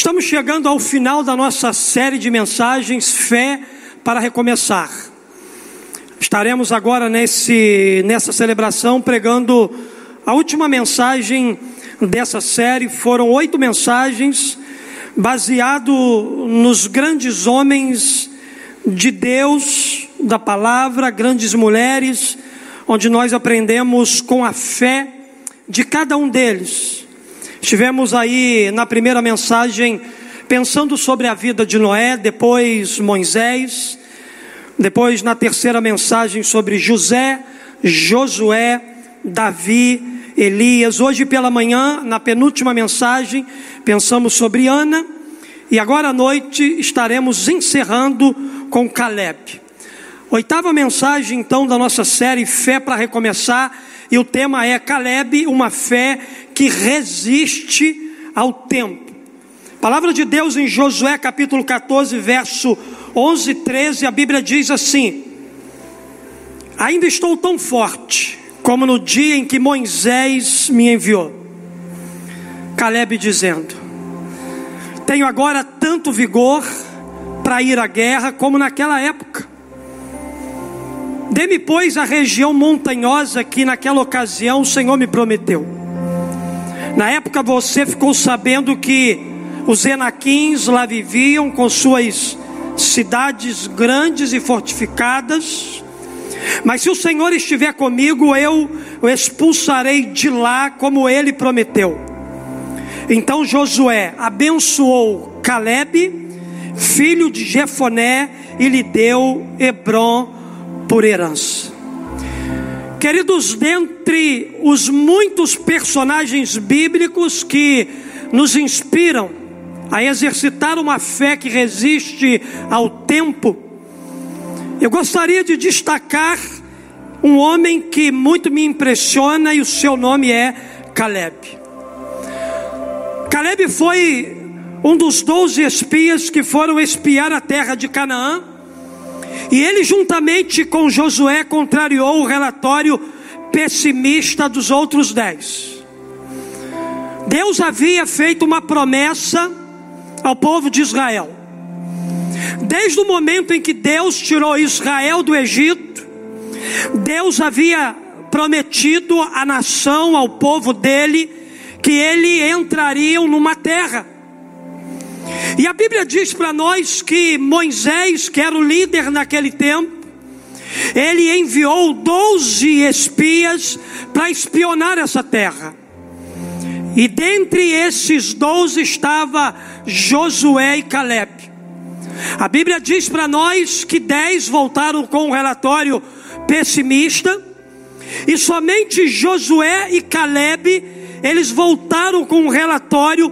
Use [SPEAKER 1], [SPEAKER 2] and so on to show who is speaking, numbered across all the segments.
[SPEAKER 1] Estamos chegando ao final da nossa série de mensagens Fé para Recomeçar. Estaremos agora nessa celebração pregando a última mensagem dessa série. Foram 8 mensagens baseado nos grandes homens de Deus, da palavra, grandes mulheres, onde nós aprendemos com a fé de cada um deles. Estivemos aí na primeira mensagem pensando sobre a vida de Noé, depois Moisés, depois na terceira mensagem sobre José, Josué, Davi, Elias. Hoje pela manhã, na penúltima mensagem, pensamos sobre Ana, e agora à noite estaremos encerrando com Caleb. 8ª mensagem então da nossa série Fé para Recomeçar, e o tema é Caleb, uma fé que resiste ao tempo. Palavra de Deus em Josué capítulo 14, verso 11 e 13, a Bíblia diz assim: ainda estou tão forte como no dia em que Moisés me enviou. Caleb dizendo: tenho agora tanto vigor para ir à guerra como naquela época. Dê-me, pois, a região montanhosa que naquela ocasião o Senhor me prometeu. Na época você ficou sabendo que os Enaquins lá viviam com suas cidades grandes e fortificadas. Mas se o Senhor estiver comigo, eu o expulsarei de lá como ele prometeu. Então Josué abençoou Caleb, filho de Jefoné, e lhe deu Hebrom por herança. Queridos, dentre os muitos personagens bíblicos que nos inspiram a exercitar uma fé que resiste ao tempo, eu gostaria de destacar um homem que muito me impressiona, e o seu nome é Caleb. Caleb foi um dos 12 espias que foram espiar a terra de Canaã, e ele juntamente com Josué contrariou o relatório pessimista dos outros 10. Deus havia feito uma promessa ao povo de Israel. Desde o momento em que Deus tirou Israel do Egito, Deus havia prometido à nação, ao povo dele, que ele entrariam numa terra. E a Bíblia diz para nós que Moisés, que era o líder naquele tempo, ele enviou 12 espias para espionar essa terra. E dentre esses 12 estava Josué e Caleb. A Bíblia diz para nós que 10 voltaram com um relatório pessimista, e somente Josué e Caleb, eles voltaram com um relatório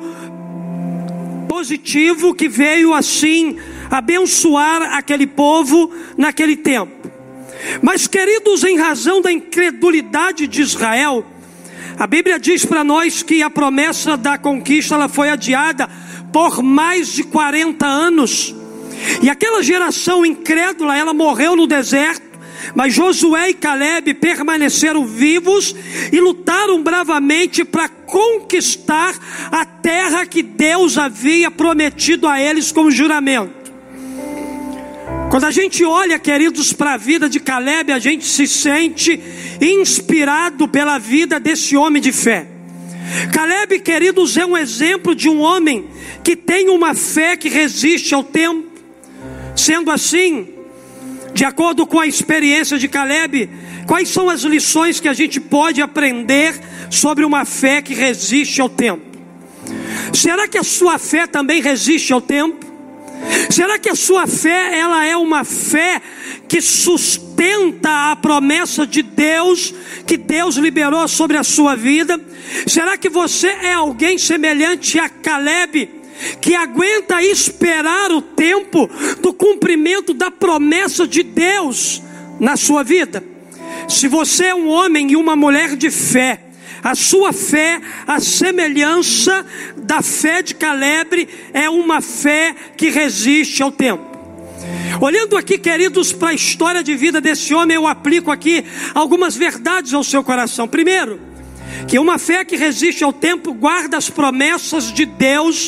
[SPEAKER 1] positivo, que veio assim abençoar aquele povo naquele tempo. Mas, queridos, em razão da incredulidade de Israel, a Bíblia diz para nós que a promessa da conquista ela foi adiada por mais de 40 anos. E aquela geração incrédula, ela morreu no deserto. Mas Josué e Caleb permaneceram vivos e lutaram bravamente para conquistar a terra que Deus havia prometido a eles como juramento. Quando a gente olha, queridos, para a vida de Caleb, a gente se sente inspirado pela vida desse homem de fé. Caleb, queridos, é um exemplo de um homem que tem uma fé que resiste ao tempo. Sendo assim, de acordo com a experiência de Caleb, quais são as lições que a gente pode aprender sobre uma fé que resiste ao tempo? Será que a sua fé também resiste ao tempo? Será que a sua fé, ela é uma fé que sustenta a promessa de Deus, que Deus liberou sobre a sua vida? Será que você é alguém semelhante a Caleb, que aguenta esperar o tempo do cumprimento da promessa de Deus na sua vida? Se você é um homem e uma mulher de fé, a sua fé, a semelhança da fé de Caleb, é uma fé que resiste ao tempo. Olhando aqui, queridos, para a história de vida desse homem, eu aplico aqui algumas verdades ao seu coração. Primeiro, que uma fé que resiste ao tempo guarda as promessas de Deus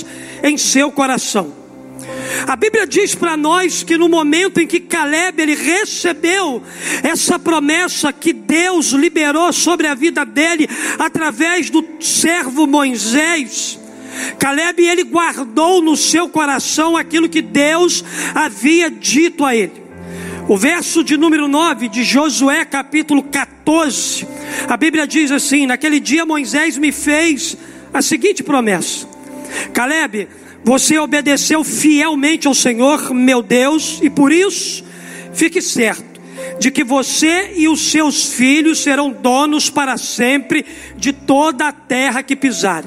[SPEAKER 1] em seu coração. A Bíblia diz para nós que no momento em que Caleb ele recebeu essa promessa que Deus liberou sobre a vida dele através do servo Moisés, Caleb ele guardou no seu coração aquilo que Deus havia dito a ele. O verso de número 9 de Josué capítulo 14, a Bíblia diz assim: naquele dia Moisés me fez a seguinte promessa: Caleb, você obedeceu fielmente ao Senhor meu Deus, e por isso fique certo de que você e os seus filhos serão donos para sempre de toda a terra que pisarem.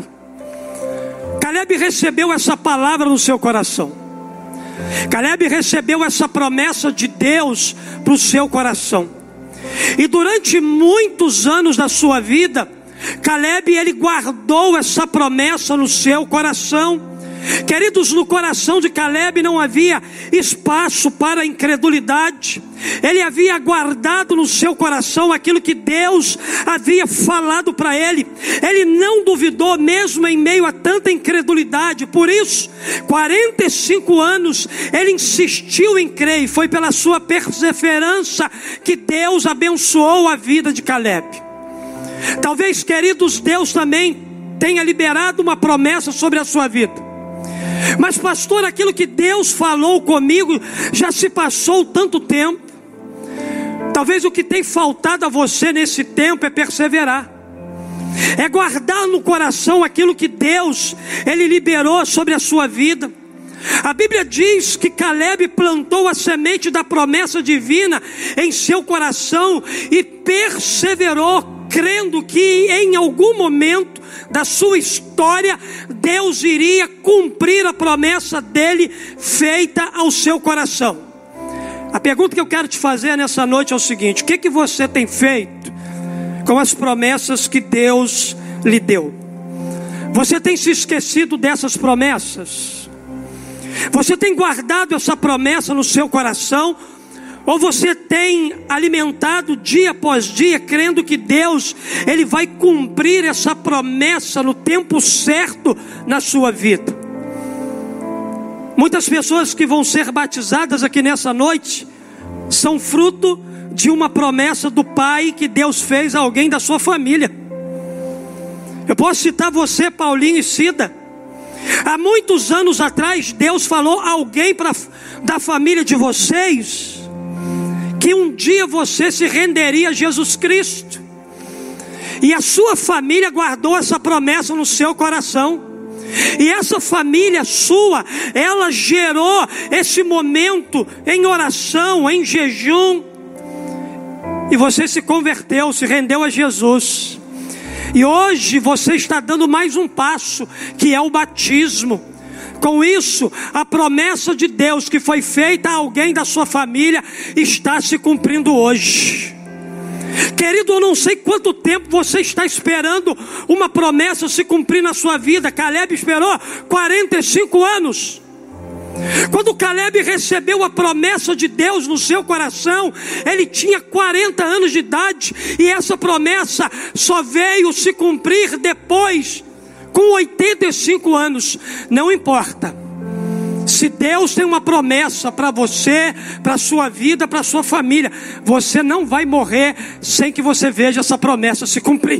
[SPEAKER 1] Caleb recebeu essa palavra no seu coração. Caleb recebeu essa promessa de Deus para o seu coração. E durante muitos anos da sua vida, Caleb ele guardou essa promessa no seu coração. Queridos, no coração de Caleb não havia espaço para a incredulidade. Ele havia guardado no seu coração aquilo que Deus havia falado para ele. Ele não duvidou mesmo em meio a tanta incredulidade. Por isso, 45 anos ele insistiu em crer, e foi pela sua perseverança que Deus abençoou a vida de Caleb. Talvez, queridos, Deus também tenha liberado uma promessa sobre a sua vida. Mas pastor, aquilo que Deus falou comigo já se passou tanto tempo. Talvez o que tem faltado a você nesse tempo é perseverar, é guardar no coração aquilo que Deus ele liberou sobre a sua vida. A Bíblia diz que Caleb plantou a semente da promessa divina em seu coração e perseverou, crendo que em algum momento da sua história Deus iria cumprir a promessa dele feita ao seu coração. A pergunta que eu quero te fazer nessa noite é o seguinte: o que você tem feito com as promessas que Deus lhe deu? Você tem se esquecido dessas promessas? Você tem guardado essa promessa no seu coração? Ou você tem alimentado dia após dia, crendo que Deus ele vai cumprir essa promessa no tempo certo na sua vida? Muitas pessoas que vão ser batizadas aqui nessa noite são fruto de uma promessa do Pai que Deus fez a alguém da sua família. Eu posso citar você, Paulinho e Cida. Há muitos anos atrás, Deus falou a alguém da família de vocês que um dia você se renderia a Jesus Cristo. E a sua família guardou essa promessa no seu coração. E essa família sua, ela gerou esse momento em oração, em jejum. E você se converteu, se rendeu a Jesus. E hoje você está dando mais um passo, que é o batismo. Com isso, a promessa de Deus que foi feita a alguém da sua família está se cumprindo hoje. Querido, eu não sei quanto tempo você está esperando uma promessa se cumprir na sua vida. Caleb esperou 45 anos. Quando Caleb recebeu a promessa de Deus no seu coração, ele tinha 40 anos de idade. E essa promessa só veio se cumprir depois, com 85 anos. Não importa. Se Deus tem uma promessa para você, para a sua vida, para a sua família, você não vai morrer sem que você veja essa promessa se cumprir.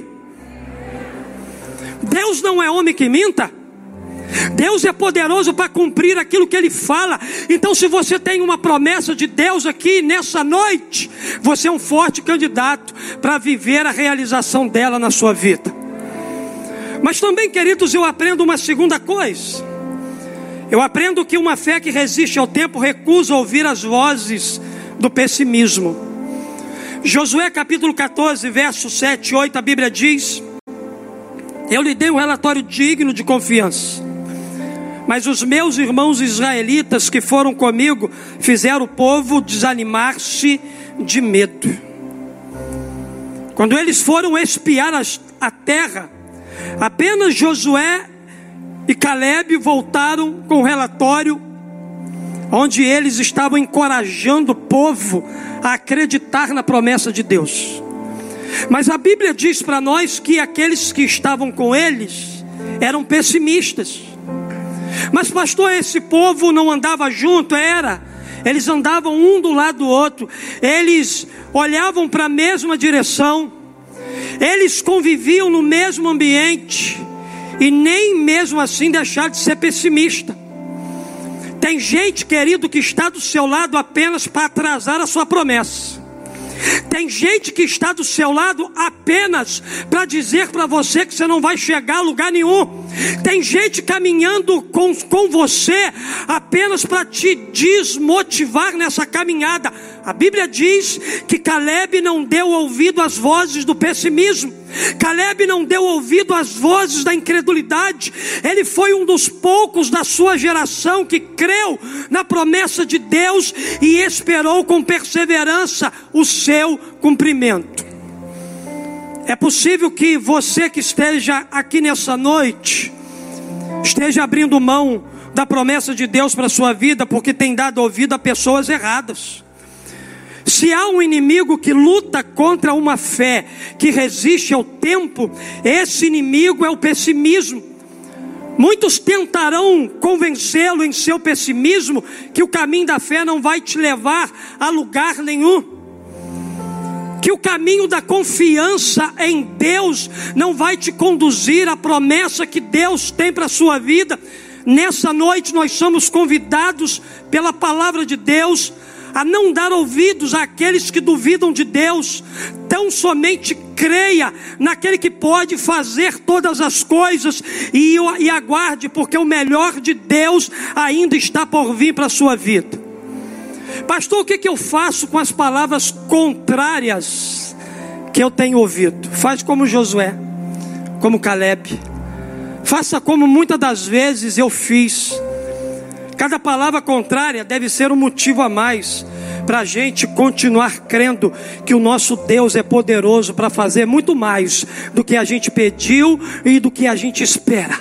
[SPEAKER 1] Deus não é homem que minta. Deus é poderoso para cumprir aquilo que Ele fala. Então, se você tem uma promessa de Deus aqui nessa noite, você é um forte candidato para viver a realização dela na sua vida. Mas também, queridos, eu aprendo uma segunda coisa. Eu aprendo que uma fé que resiste ao tempo recusa ouvir as vozes do pessimismo. Josué capítulo 14, versos 7 e 8, a Bíblia diz: eu lhe dei um relatório digno de confiança, mas os meus irmãos israelitas que foram comigo fizeram o povo desanimar-se de medo. Quando eles foram espiar a terra, apenas Josué e Caleb voltaram com um relatório onde eles estavam encorajando o povo a acreditar na promessa de Deus. Mas a Bíblia diz para nós que aqueles que estavam com eles eram pessimistas. Mas pastor, esse povo não andava junto? Eles andavam um do lado do outro, eles olhavam para a mesma direção, eles conviviam no mesmo ambiente, e nem mesmo assim deixaram de ser pessimista. Tem gente, querido, que está do seu lado apenas para atrasar a sua promessa. Tem gente que está do seu lado apenas para dizer para você que você não vai chegar a lugar nenhum. Tem gente caminhando com você apenas para te desmotivar nessa caminhada. A Bíblia diz que Caleb não deu ouvido às vozes do pessimismo. Caleb não deu ouvido às vozes da incredulidade. Ele foi um dos poucos da sua geração que creu na promessa de Deus e esperou com perseverança o seu cumprimento. É possível que você que esteja aqui nessa noite esteja abrindo mão da promessa de Deus para a sua vida porque tem dado ouvido a pessoas erradas. Se há um inimigo que luta contra uma fé que resiste ao tempo, esse inimigo é o pessimismo. Muitos tentarão convencê-lo em seu pessimismo que o caminho da fé não vai te levar a lugar nenhum, que o caminho da confiança em Deus não vai te conduzir à promessa que Deus tem para a sua vida. Nessa noite nós somos convidados pela palavra de Deus a não dar ouvidos àqueles que duvidam de Deus. Tão somente creia naquele que pode fazer todas as coisas e aguarde, porque o melhor de Deus ainda está por vir para a sua vida. Pastor, o que eu faço com as palavras contrárias que eu tenho ouvido? Faz como Josué, como Caleb. Faça como muitas das vezes eu fiz. Cada palavra contrária deve ser um motivo a mais para a gente continuar crendo que o nosso Deus é poderoso para fazer muito mais do que a gente pediu e do que a gente espera.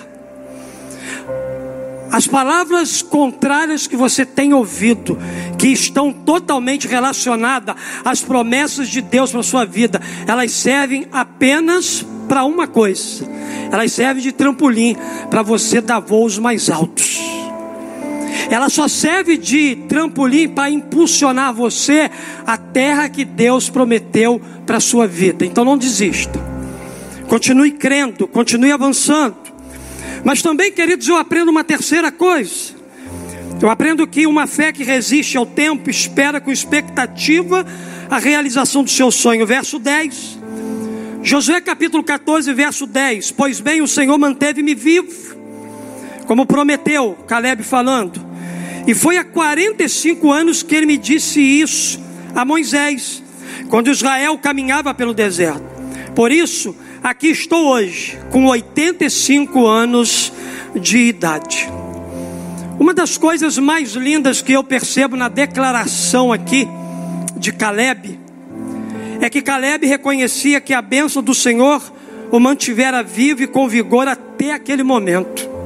[SPEAKER 1] As palavras contrárias que você tem ouvido, que estão totalmente relacionadas às promessas de Deus para a sua vida, elas servem apenas para uma coisa: elas servem de trampolim para você dar voos mais altos. Ela só serve de trampolim para impulsionar você à terra que Deus prometeu para a sua vida. Então não desista, continue crendo, continue avançando. Mas também, queridos, eu aprendo uma terceira coisa. Eu aprendo que uma fé que resiste ao tempo espera com expectativa a realização do seu sonho. Verso 10, Josué capítulo 14, verso 10: Pois bem, o Senhor manteve-me vivo, como prometeu, Caleb falando, e foi há 45 anos que ele me disse isso a Moisés, quando Israel caminhava pelo deserto. Por isso, aqui estou hoje, com 85 anos de idade. Uma das coisas mais lindas que eu percebo na declaração aqui de Caleb, é que Caleb reconhecia que a bênção do Senhor o mantivera vivo e com vigor até aquele momento.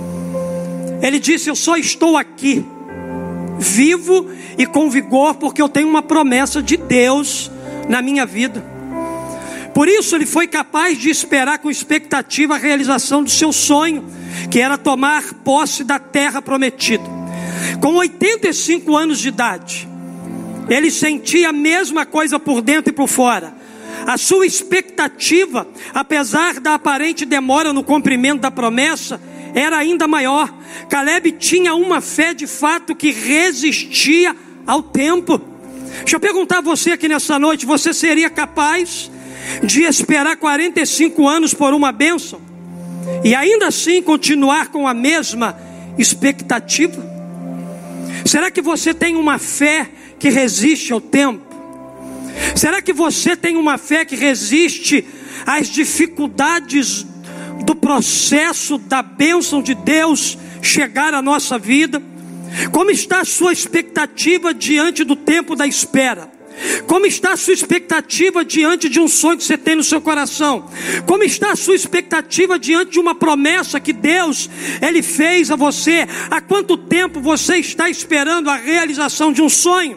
[SPEAKER 1] Ele disse: eu só estou aqui, vivo e com vigor, porque eu tenho uma promessa de Deus na minha vida. Por isso ele foi capaz de esperar com expectativa a realização do seu sonho, que era tomar posse da terra prometida. Com 85 anos de idade, ele sentia a mesma coisa por dentro e por fora. A sua expectativa, apesar da aparente demora no cumprimento da promessa, era ainda maior. Caleb tinha uma fé de fato que resistia ao tempo. Deixa eu perguntar a você aqui nessa noite: você seria capaz de esperar 45 anos por uma bênção e ainda assim continuar com a mesma expectativa? Será que você tem uma fé que resiste ao tempo? Será que você tem uma fé que resiste às dificuldades do processo da bênção de Deus chegar à nossa vida? Como está a sua expectativa diante do tempo da espera? Como está a sua expectativa diante de um sonho que você tem no seu coração? Como está a sua expectativa diante de uma promessa que Deus, Ele fez a você? Há quanto tempo você está esperando a realização de um sonho?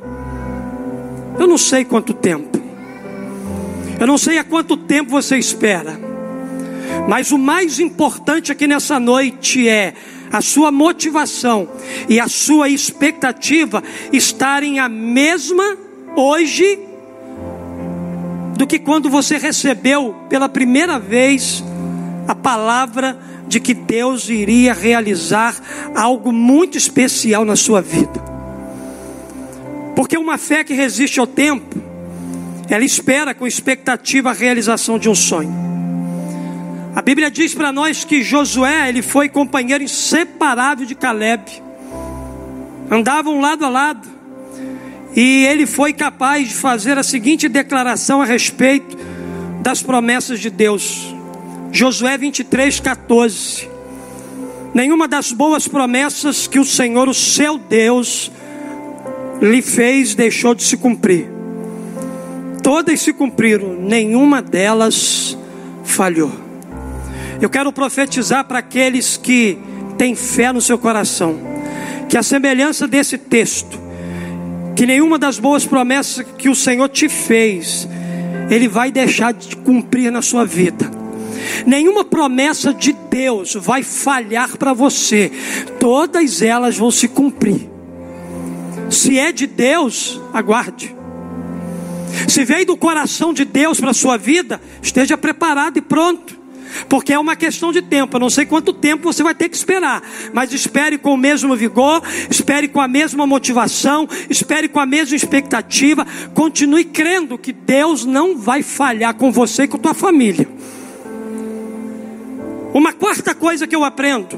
[SPEAKER 1] Eu não sei quanto tempo. Eu não sei há quanto tempo você espera. Mas o mais importante aqui nessa noite é a sua motivação e a sua expectativa estarem a mesma hoje do que quando você recebeu pela primeira vez a palavra de que Deus iria realizar algo muito especial na sua vida. Porque uma fé que resiste ao tempo, ela espera com expectativa a realização de um sonho. A Bíblia diz para nós que Josué, ele foi companheiro inseparável de Caleb. Andavam lado a lado. E ele foi capaz de fazer a seguinte declaração a respeito das promessas de Deus. Josué 23:14. Nenhuma das boas promessas que o Senhor, o seu Deus, lhe fez deixou de se cumprir. Todas se cumpriram, nenhuma delas falhou. Eu quero profetizar para aqueles que têm fé no seu coração, que a semelhança desse texto, que nenhuma das boas promessas que o Senhor te fez, Ele vai deixar de cumprir na sua vida. Nenhuma promessa de Deus vai falhar para você, todas elas vão se cumprir. Se é de Deus, aguarde. Se veio do coração de Deus para a sua vida, esteja preparado e pronto. Porque é uma questão de tempo. Eu não sei quanto tempo você vai ter que esperar, mas espere com o mesmo vigor, espere com a mesma motivação, espere com a mesma expectativa. Continue crendo que Deus não vai falhar com você e com a tua família. Uma quarta coisa que eu aprendo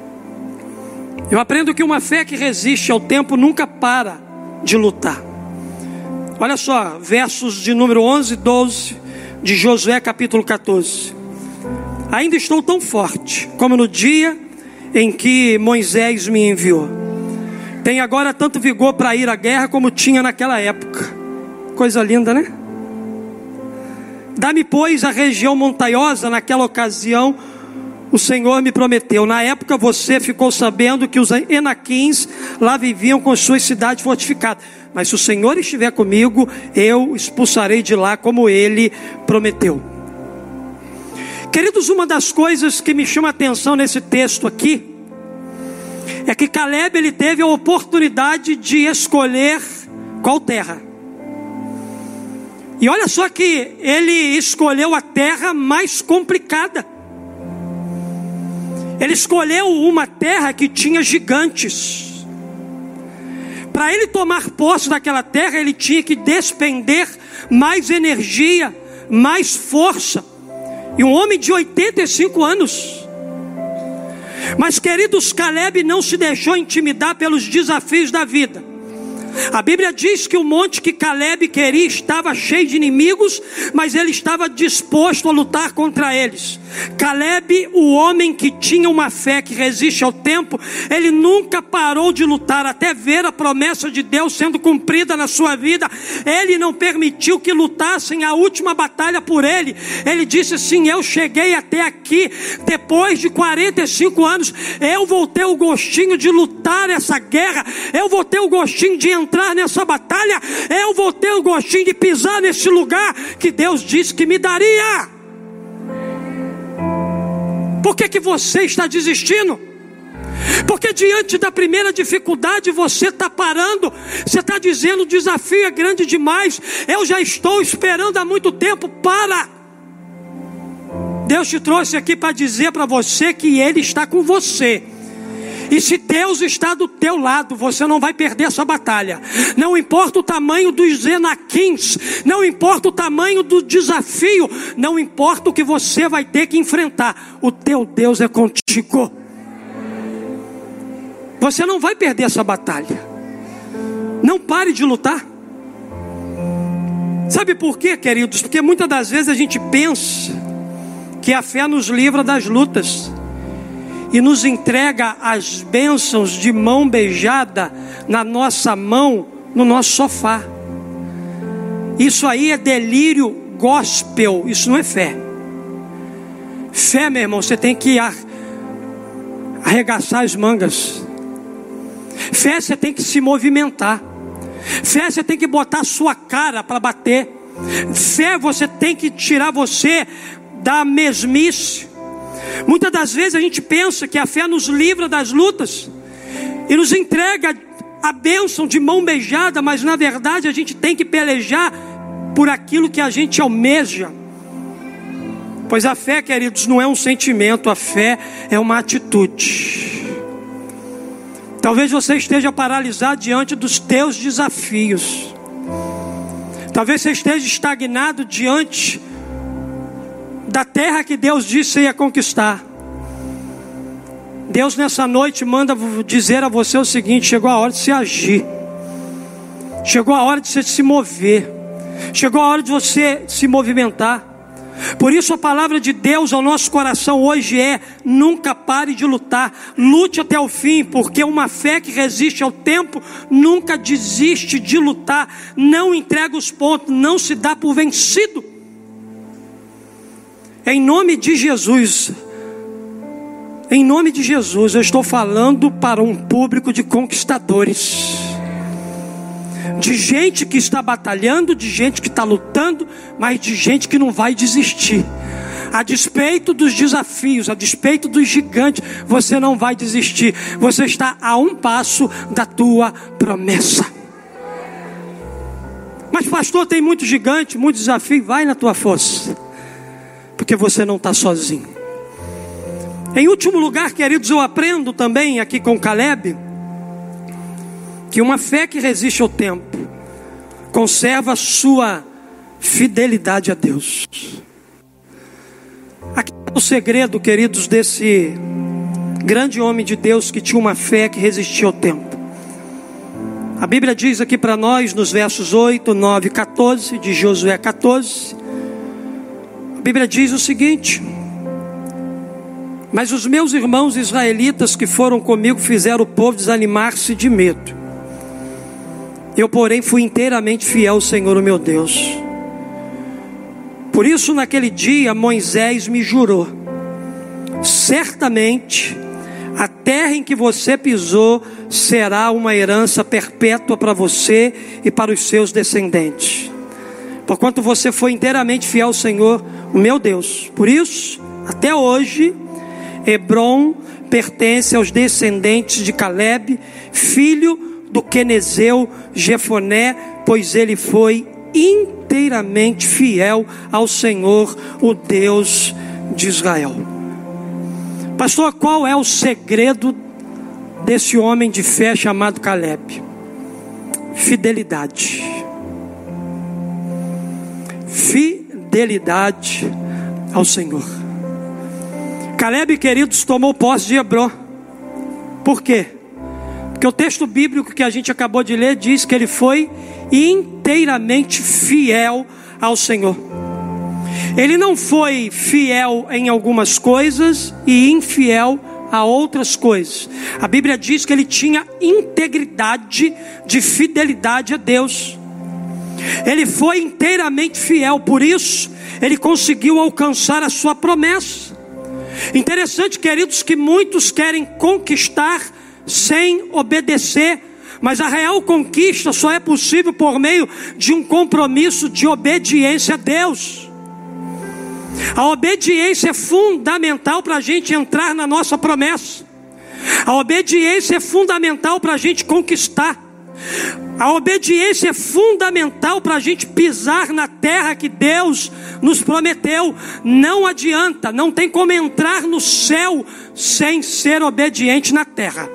[SPEAKER 1] que uma fé que resiste ao tempo nunca para de lutar. Olha só, versos de número 11 e 12 de Josué capítulo 14. Ainda estou tão forte como no dia em que Moisés me enviou. Tenho agora tanto vigor para ir à guerra como tinha naquela época. Coisa linda, né? Dá-me, pois, a região montanhosa. Naquela ocasião o Senhor me prometeu. Na época você ficou sabendo que os Enaquins lá viviam com suas cidades fortificadas. Mas se o Senhor estiver comigo, eu expulsarei de lá como Ele prometeu. Queridos, uma das coisas que me chama a atenção nesse texto aqui é que Caleb, ele teve a oportunidade de escolher qual terra. E olha só que ele escolheu a terra mais complicada. Ele escolheu uma terra que tinha gigantes. Para ele tomar posse daquela terra, ele tinha que despender mais energia, mais força. E um homem de 85 anos. Mas, queridos, Caleb não se deixou intimidar pelos desafios da vida. A Bíblia diz que o monte que Caleb queria estava cheio de inimigos, mas ele estava disposto a lutar contra eles. Caleb, o homem que tinha uma fé que resiste ao tempo, ele nunca parou de lutar até ver a promessa de Deus sendo cumprida na sua vida. Ele não permitiu que lutassem a última batalha por ele. Ele disse assim: eu cheguei até aqui, depois de 45 anos, eu vou ter o gostinho de lutar essa guerra, eu vou ter o gostinho de entrar nessa batalha, eu vou ter o gostinho de pisar nesse lugar que Deus disse que me daria. Por que você está desistindo? Porque diante da primeira dificuldade você está parando. Você está dizendo: o desafio é grande demais, eu já estou esperando há muito tempo. Para. Deus te trouxe aqui para dizer para você que Ele está com você. E se Deus está do teu lado, você não vai perder essa batalha. Não importa o tamanho dos Enaquins, não importa o tamanho do desafio, não importa o que você vai ter que enfrentar, o teu Deus é contigo. Você não vai perder essa batalha. Não pare de lutar. Sabe por quê, queridos? Porque muitas das vezes a gente pensa que a fé nos livra das lutas e nos entrega as bênçãos de mão beijada na nossa mão, no nosso sofá. Isso aí é delírio gospel, isso não é fé. Fé, meu irmão, você tem que arregaçar as mangas. Fé, você tem que se movimentar. Fé, você tem que botar a sua cara para bater. Fé, você tem que tirar você da mesmice. Muitas das vezes a gente pensa que a fé nos livra das lutas e nos entrega a bênção de mão beijada, mas na verdade a gente tem que pelejar por aquilo que a gente almeja. Pois a fé, queridos, não é um sentimento, a fé é uma atitude. Talvez você esteja paralisado diante dos teus desafios. Talvez você esteja estagnado diante da terra que Deus disse que ia conquistar. Deus nessa noite manda dizer a você o seguinte: chegou a hora de se agir. Chegou a hora de você se mover. Chegou a hora de você se movimentar. Por isso a palavra de Deus ao nosso coração hoje é: nunca pare de lutar, lute até o fim, porque uma fé que resiste ao tempo nunca desiste de lutar, não entrega os pontos, não se dá por vencido. Em nome de Jesus, eu estou falando para um público de conquistadores, de gente que está batalhando, de gente que está lutando, mas de gente que não vai desistir. A despeito dos desafios, a despeito dos gigantes, você não vai desistir. Você está a um passo da tua promessa. Mas pastor, tem muito gigante, muito desafio. Vai na tua força, porque você não está sozinho. Em último lugar, queridos, eu aprendo também aqui com Caleb que uma fé que resiste ao tempo conserva a sua fidelidade a Deus. Aqui é o segredo, queridos, desse grande homem de Deus que tinha uma fé que resistia ao tempo. A Bíblia diz aqui para nós nos versos 8, 9 e 14 de Josué 14. A Bíblia diz o seguinte: mas os meus irmãos israelitas que foram comigo fizeram o povo desanimar-se de medo. Eu, porém, fui inteiramente fiel ao Senhor, o meu Deus. Por isso, naquele dia, Moisés me jurou: certamente, a terra em que você pisou será uma herança perpétua para você e para os seus descendentes, porquanto você foi inteiramente fiel ao Senhor, o meu Deus. Por isso, até hoje, Hebrom pertence aos descendentes de Caleb, filho do quenezeu Jefoné, pois ele foi inteiramente fiel ao Senhor, o Deus de Israel. Pastor, qual é o segredo desse homem de fé chamado Caleb? Fidelidade. Fidelidade ao Senhor. Caleb, queridos, tomou posse de Hebrom. Por quê? Porque o texto bíblico que a gente acabou de ler diz que ele foi inteiramente fiel ao Senhor. Ele não foi fiel em algumas coisas e infiel a outras coisas. A Bíblia diz que ele tinha integridade de fidelidade a Deus. Ele foi inteiramente fiel, por isso ele conseguiu alcançar a sua promessa. Interessante, queridos, que muitos querem conquistar sem obedecer, mas a real conquista só é possível por meio de um compromisso de obediência a Deus. A obediência é fundamental para a gente entrar na nossa promessa. A obediência é fundamental para a gente conquistar. A obediência é fundamental para a gente pisar na terra que Deus nos prometeu. Não adianta, não tem como entrar no céu sem ser obediente na terra.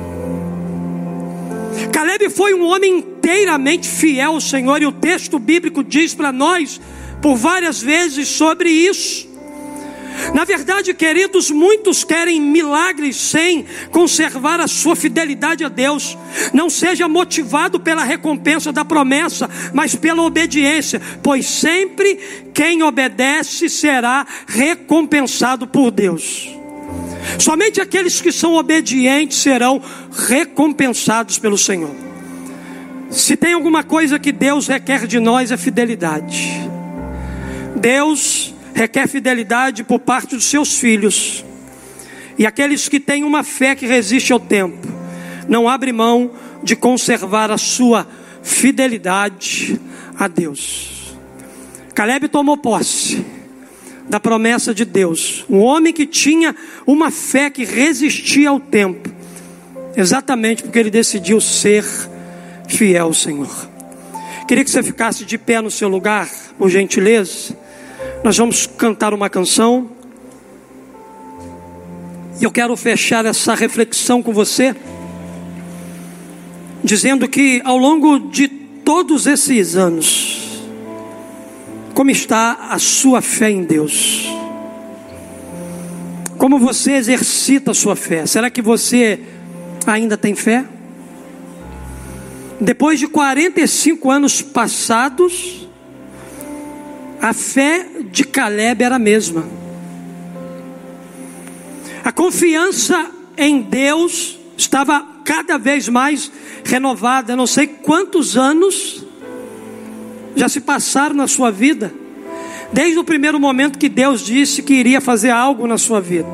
[SPEAKER 1] Caleb foi um homem inteiramente fiel ao Senhor, e o texto bíblico diz para nós por várias vezes sobre isso. Na verdade, queridos, muitos querem milagres sem conservar a sua fidelidade a Deus. Não seja motivado pela recompensa da promessa, mas pela obediência, pois sempre quem obedece será recompensado por Deus. Somente aqueles que são obedientes serão recompensados pelo Senhor. Se tem alguma coisa que Deus requer de nós, é fidelidade. Deus requer fidelidade por parte dos seus filhos. E aqueles que têm uma fé que resiste ao tempo, não abre mão de conservar a sua fidelidade a Deus. Caleb tomou posse da promessa de Deus. Um homem que tinha uma fé que resistia ao tempo. Exatamente porque ele decidiu ser fiel ao Senhor. Queria que você ficasse de pé no seu lugar, por gentileza. Nós vamos cantar uma canção. E eu quero fechar essa reflexão com você, dizendo que ao longo de todos esses anos, como está a sua fé em Deus? Como você exercita a sua fé? Será que você ainda tem fé? Depois de 45 anos passados, a fé de Caleb era a mesma. A confiança em Deus estava cada vez mais renovada. Eu não sei quantos anos já se passaram na sua vida, desde o primeiro momento que Deus disse que iria fazer algo na sua vida.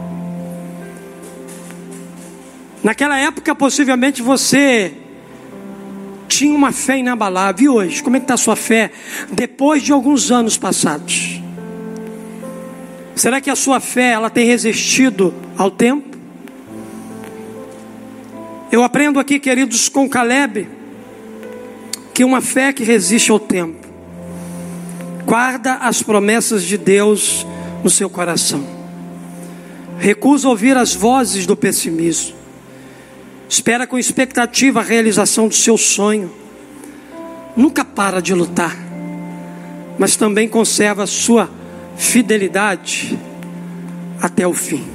[SPEAKER 1] Naquela época, possivelmente você tinha uma fé inabalável. E hoje, como é que está a sua fé depois de alguns anos passados? Será que a sua fé ela tem resistido ao tempo? Eu aprendo aqui, queridos, com Caleb, que uma fé que resiste ao tempo guarda as promessas de Deus no seu coração. Recusa ouvir as vozes do pessimismo. Espera com expectativa a realização do seu sonho. Nunca para de lutar, mas também conserva a sua fidelidade até o fim.